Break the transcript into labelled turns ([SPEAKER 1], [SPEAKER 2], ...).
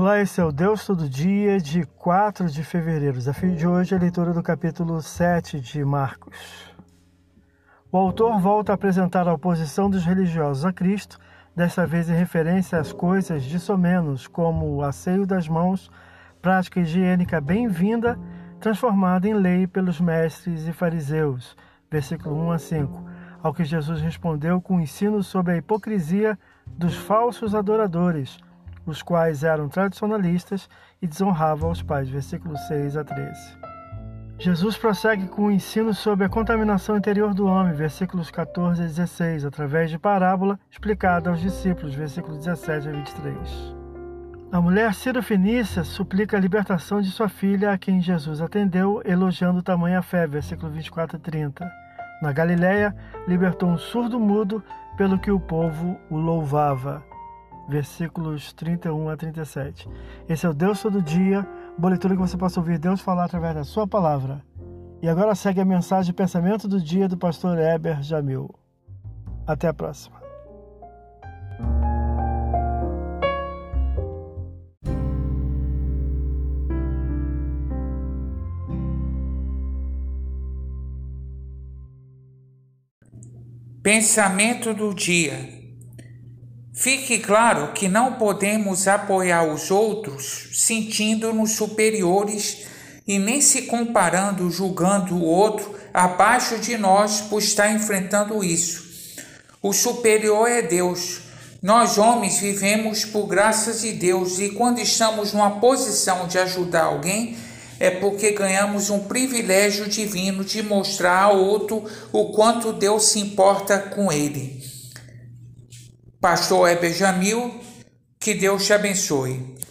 [SPEAKER 1] Olá, esse é o Deus Todo Dia, de 4 de fevereiro. O desafio de hoje é a leitura do capítulo 7 de Marcos. O autor volta a apresentar a oposição dos religiosos a Cristo, desta vez em referência às coisas dissomenos, como o asseio das mãos, prática higiênica bem-vinda, transformada em lei pelos mestres e fariseus, versículo 1 a 5, ao que Jesus respondeu com o ensino sobre a hipocrisia dos falsos adoradores, os quais eram tradicionalistas e desonravam os pais, versículos 6 a 13. Jesus prossegue com o ensino sobre a contaminação interior do homem, versículos 14 a 16, através de parábola explicada aos discípulos, versículos 17 a 23. A mulher Sirofenícia suplica a libertação de sua filha, a quem Jesus atendeu, elogiando tamanha fé, versículo 24 a 30. Na Galileia, libertou um surdo-mudo, pelo que o povo o louvava, versículos 31 a 37. Esse é o Deus Todo Dia, boa leitura que você possa ouvir Deus falar através da sua palavra. E agora segue a mensagem de pensamento do dia do pastor Heber Jamil. Até a próxima.
[SPEAKER 2] Pensamento do dia. Fique claro que não podemos apoiar os outros sentindo-nos superiores e nem se comparando, julgando o outro abaixo de nós por estar enfrentando isso. O superior é Deus. Nós, homens, vivemos por graça de Deus e quando estamos numa posição de ajudar alguém, é porque ganhamos um privilégio divino de mostrar ao outro o quanto Deus se importa com ele. Pastor Heber Jamil, que Deus te abençoe.